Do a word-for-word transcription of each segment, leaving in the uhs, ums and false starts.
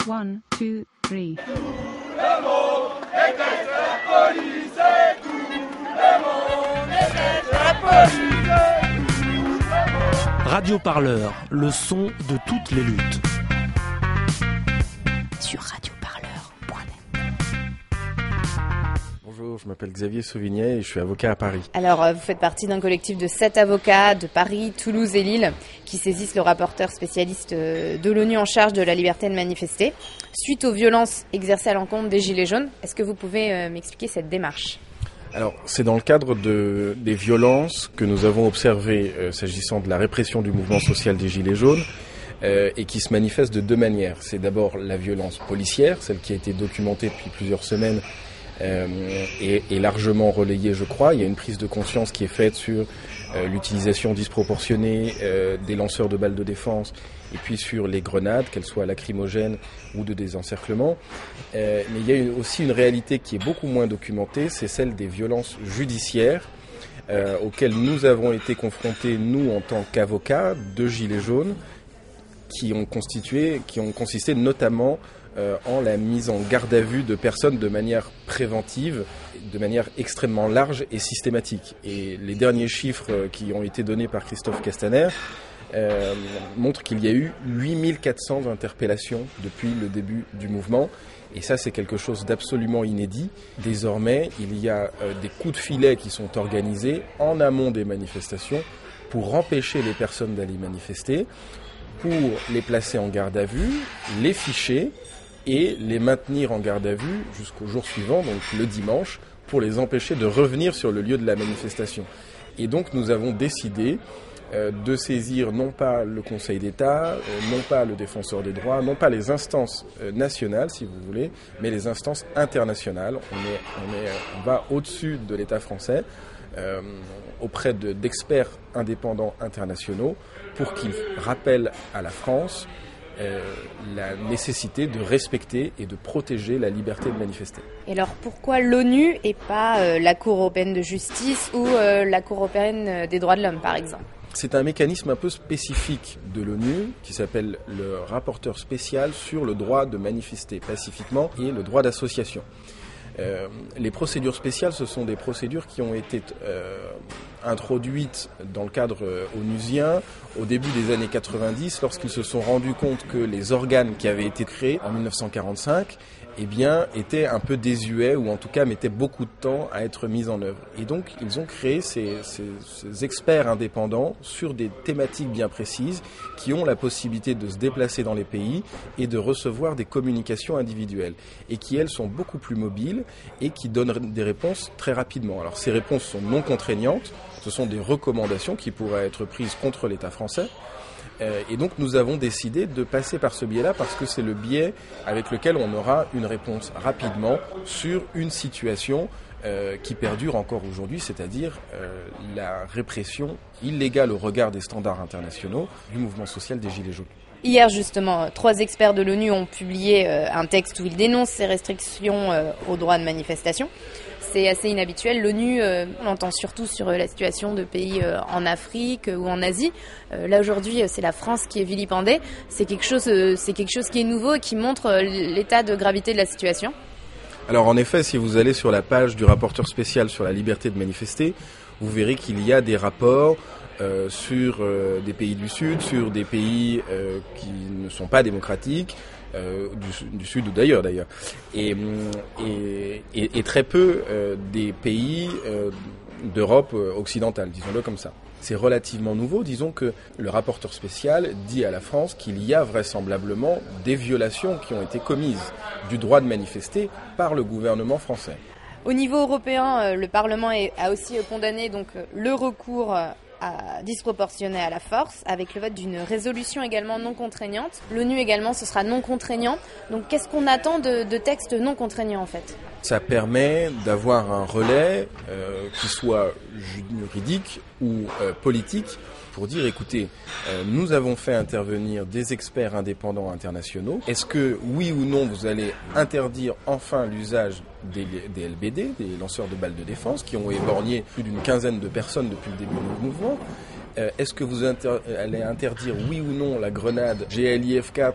One, two, three. Tout le monde déteste la police et tout le monde déteste la police. Radio Parleur, le son de toutes les luttes. Sur radio parleur point net. Bonjour, je m'appelle Xavier Sauvignet et je suis avocat à Paris. Alors, vous faites partie d'un collectif de sept avocats de Paris, Toulouse et Lille qui saisissent le rapporteur spécialiste de l'ONU en charge de la liberté de manifester suite aux violences exercées à l'encontre des Gilets jaunes. Est-ce que vous pouvez m'expliquer cette démarche ? Alors, c'est dans le cadre de, des violences que nous avons observées euh, s'agissant de la répression du mouvement social des Gilets jaunes euh, et qui se manifeste de deux manières. C'est d'abord la violence policière, celle qui a été documentée depuis plusieurs semaines euh, et, et largement relayée, je crois. Il y a une prise de conscience qui est faite sur euh, l'utilisation disproportionnée euh, des lanceurs de balles de défense et puis sur les grenades, qu'elles soient lacrymogènes ou de désencerclement. Euh, mais il y a une, aussi une réalité qui est beaucoup moins documentée, c'est celle des violences judiciaires euh, auxquelles nous avons été confrontés, nous, en tant qu'avocats de Gilets jaunes, qui ont constitué, qui ont consisté notamment euh, en la mise en garde à vue de personnes de manière préventive, de manière extrêmement large et systématique. Et les derniers chiffres qui ont été donnés par Christophe Castaner Euh, montre qu'il y a eu huit mille quatre cents interpellations depuis le début du mouvement. Et ça, c'est quelque chose d'absolument inédit. Désormais, il y a euh, des coups de filet qui sont organisés en amont des manifestations pour empêcher les personnes d'aller manifester, pour les placer en garde à vue, les ficher et les maintenir en garde à vue jusqu'au jour suivant, donc le dimanche, pour les empêcher de revenir sur le lieu de la manifestation. Et donc, nous avons décidé de saisir non pas le Conseil d'État, non pas le Défenseur des droits, non pas les instances nationales, si vous voulez, mais les instances internationales. On, est, on, est, on va au-dessus de l'État français, euh, auprès de, d'experts indépendants internationaux, pour qu'ils rappellent à la France euh, la nécessité de respecter et de protéger la liberté de manifester. Et alors pourquoi l'ONU et pas euh, la Cour européenne de justice ou euh, la Cour européenne des droits de l'homme, par exemple ? C'est un mécanisme un peu spécifique de l'ONU qui s'appelle le rapporteur spécial sur le droit de manifester pacifiquement et le droit d'association. Euh, les procédures spéciales, ce sont des procédures qui ont été euh, introduites dans le cadre euh, onusien au début des années quatre-vingt-dix, lorsqu'ils se sont rendus compte que les organes qui avaient été créés en dix-neuf cent quarante-cinq eh bien, étaient un peu désuets ou en tout cas mettaient beaucoup de temps à être mis en œuvre. Et donc, ils ont créé ces, ces, ces experts indépendants sur des thématiques bien précises qui ont la possibilité de se déplacer dans les pays et de recevoir des communications individuelles et qui, elles, sont beaucoup plus mobiles et qui donnent des réponses très rapidement. Alors, ces réponses sont non contraignantes, ce sont des recommandations qui pourraient être prises contre l'État français. Et donc nous avons décidé de passer par ce biais-là parce que c'est le biais avec lequel on aura une réponse rapidement sur une situation euh, qui perdure encore aujourd'hui, c'est-à-dire euh, la répression illégale au regard des standards internationaux du mouvement social des Gilets jaunes. Hier, justement, trois experts de l'ONU ont publié euh, un texte où ils dénoncent ces restrictions euh, aux droits de manifestation. C'est assez inhabituel. L'ONU, euh, on entend surtout sur euh, la situation de pays euh, en Afrique euh, ou en Asie. Euh, là, aujourd'hui, euh, c'est la France qui est vilipendée. C'est quelque chose, euh, c'est quelque chose qui est nouveau et qui montre euh, l'état de gravité de la situation. Alors, en effet, si vous allez sur la page du rapporteur spécial sur la liberté de manifester, vous verrez qu'il y a des rapports euh, sur euh, des pays du Sud, sur des pays euh, qui ne sont pas démocratiques, Euh, du, du Sud ou d'ailleurs d'ailleurs, et, et, et, et très peu euh, des pays euh, d'Europe occidentale, disons-le comme ça. C'est relativement nouveau, disons que le rapporteur spécial dit à la France qu'il y a vraisemblablement des violations qui ont été commises du droit de manifester par le gouvernement français. Au niveau européen, le Parlement a aussi condamné donc le recours à disproportionné à la force, avec le vote d'une résolution également non contraignante. L'ONU également, ce sera non contraignant. Donc qu'est-ce qu'on attend de, de textes non contraignants en fait ? Ça permet d'avoir un relais euh, qui soit juridique ou euh, politique pour dire, écoutez, euh, nous avons fait intervenir des experts indépendants internationaux. Est-ce que, oui ou non, vous allez interdire enfin l'usage des, des L B D, des lanceurs de balles de défense, qui ont éborgné plus d'une quinzaine de personnes depuis le début du mouvement ? euh, Est-ce que vous inter- allez interdire, oui ou non, la grenade G L I F quatre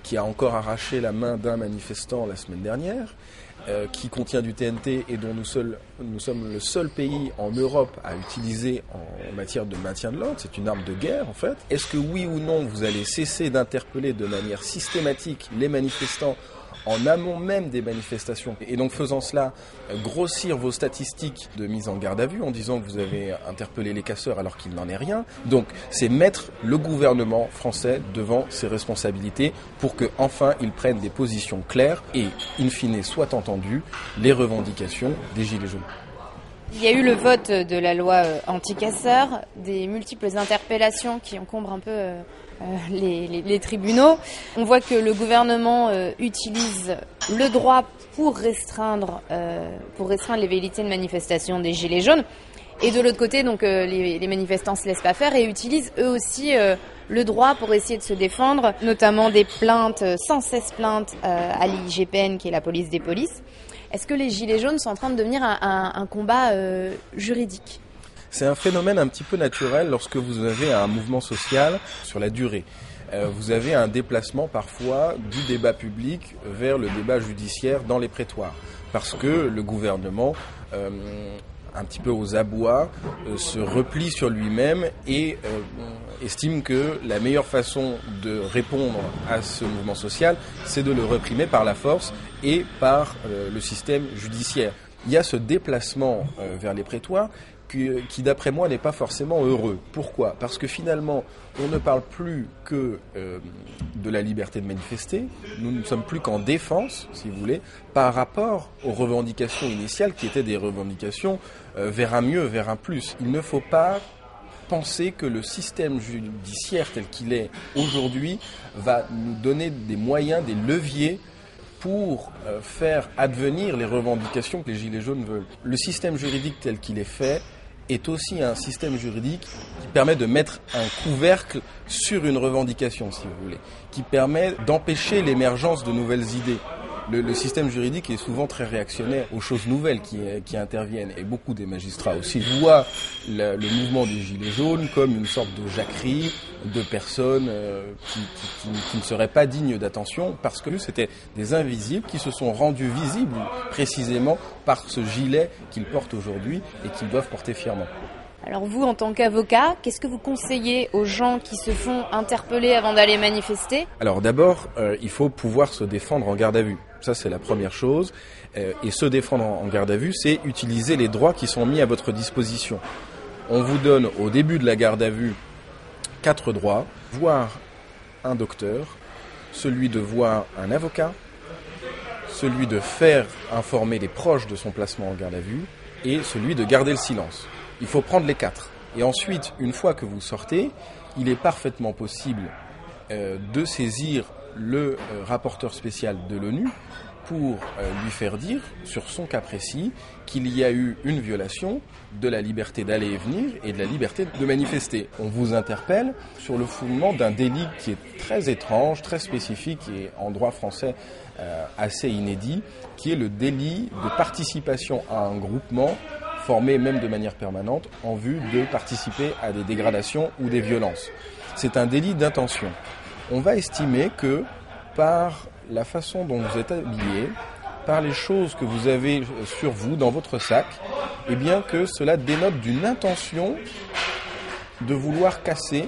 qui a encore arraché la main d'un manifestant la semaine dernière, euh, qui contient du T N T et dont nous, seuls, nous sommes le seul pays en Europe à utiliser en matière de maintien de l'ordre. C'est une arme de guerre en fait. Est-ce que oui ou non vous allez cesser d'interpeller de manière systématique les manifestants en amont même des manifestations, et donc faisant cela, grossir vos statistiques de mise en garde à vue en disant que vous avez interpellé les casseurs alors qu'il n'en est rien. Donc c'est mettre le gouvernement français devant ses responsabilités pour que enfin il prenne des positions claires et, in fine, soient entendues les revendications des Gilets jaunes. Il y a eu le vote de la loi anti-casseurs, des multiples interpellations qui encombrent un peu euh, les, les, les tribunaux. On voit que le gouvernement euh, utilise le droit pour restreindre, euh, pour restreindre les velléités de manifestation des Gilets jaunes. Et de l'autre côté, donc, euh, les, les manifestants ne se laissent pas faire et utilisent eux aussi euh, le droit pour essayer de se défendre, notamment des plaintes, sans cesse plaintes euh, à l'I G P N, qui est la police des polices. Est-ce que les Gilets jaunes sont en train de devenir un, un, un combat euh, juridique ? C'est un phénomène un petit peu naturel lorsque vous avez un mouvement social sur la durée. Euh, vous avez un déplacement parfois du débat public vers le débat judiciaire dans les prétoires. Parce que le gouvernement, euh, un petit peu aux abois, euh, se replie sur lui-même et euh, estime que la meilleure façon de répondre à ce mouvement social, c'est de le réprimer par la force et par euh, le système judiciaire. Il y a ce déplacement euh, vers les prétoires qui, qui, d'après moi, n'est pas forcément heureux. Pourquoi ? Parce que finalement, on ne parle plus que euh, de la liberté de manifester. Nous ne sommes plus qu'en défense, si vous voulez, par rapport aux revendications initiales qui étaient des revendications euh, vers un mieux, vers un plus. Il ne faut pas penser que le système judiciaire tel qu'il est aujourd'hui va nous donner des moyens, des leviers pour euh, faire advenir les revendications que les Gilets jaunes veulent. Le système juridique tel qu'il est fait est aussi un système juridique qui permet de mettre un couvercle sur une revendication, si vous voulez, qui permet d'empêcher l'émergence de nouvelles idées. Le, le système juridique est souvent très réactionnaire aux choses nouvelles qui, qui interviennent, et beaucoup des magistrats aussi voient le, le mouvement des Gilets jaunes comme une sorte de jacquerie de personnes euh, qui, qui, qui, qui ne seraient pas dignes d'attention, parce que c'était des invisibles qui se sont rendus visibles précisément par ce gilet qu'ils portent aujourd'hui et qu'ils doivent porter fièrement. Alors vous, en tant qu'avocat, qu'est-ce que vous conseillez aux gens qui se font interpeller avant d'aller manifester ? Alors d'abord, euh, il faut pouvoir se défendre en garde à vue. Ça, c'est la première chose. Euh, et se défendre en garde à vue, c'est utiliser les droits qui sont mis à votre disposition. On vous donne au début de la garde à vue quatre droits. Voir un docteur, celui de voir un avocat, celui de faire informer les proches de son placement en garde à vue et celui de garder le silence. Il faut prendre les quatre. Et ensuite, une fois que vous sortez, il est parfaitement possible euh, de saisir le euh, rapporteur spécial de l'ONU pour euh, lui faire dire, sur son cas précis, qu'il y a eu une violation de la liberté d'aller et venir et de la liberté de manifester. On vous interpelle sur le fondement d'un délit qui est très étrange, très spécifique et en droit français euh, assez inédit, qui est le délit de participation à un groupement formé même de manière permanente en vue de participer à des dégradations ou des violences. C'est un délit d'intention. On va estimer que par la façon dont vous êtes habillé, par les choses que vous avez sur vous, dans votre sac, eh bien que cela dénote d'une intention de vouloir casser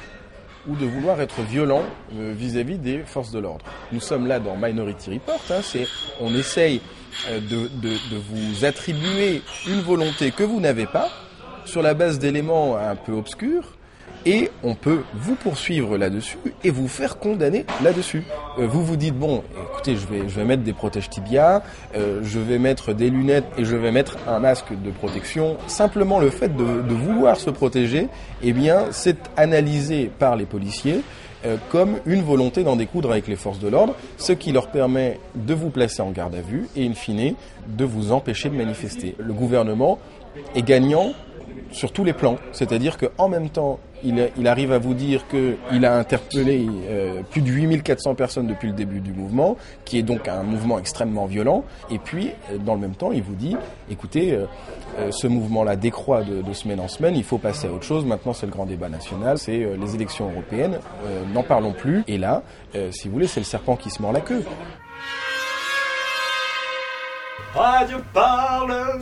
ou de vouloir être violent euh, vis-à-vis des forces de l'ordre. Nous sommes là dans Minority Report, hein, c'est, on essaye euh, de, de, de vous attribuer une volonté que vous n'avez pas, sur la base d'éléments un peu obscurs, et on peut vous poursuivre là-dessus et vous faire condamner là-dessus. Euh, vous vous dites, bon, écoutez, je vais, je vais mettre des protèges tibias, euh, je vais mettre des lunettes et je vais mettre un masque de protection. Simplement le fait de, de vouloir se protéger, eh bien, c'est analysé par les policiers euh, comme une volonté d'en découdre avec les forces de l'ordre, ce qui leur permet de vous placer en garde à vue et, in fine, de vous empêcher de manifester. Le gouvernement est gagnant sur tous les plans, c'est-à-dire qu'en même temps, il, il arrive à vous dire qu'il a interpellé euh, plus de huit mille quatre cents personnes depuis le début du mouvement, qui est donc un mouvement extrêmement violent, et puis, euh, dans le même temps, il vous dit, écoutez, euh, euh, ce mouvement-là décroît de, de semaine en semaine, il faut passer à autre chose, maintenant c'est le grand débat national, c'est euh, les élections européennes, euh, n'en parlons plus, et là, euh, si vous voulez, c'est le serpent qui se mord la queue. Radio Parleur.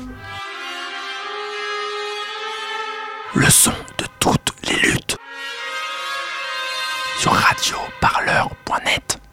Le son de toutes les luttes sur radio parleur point net.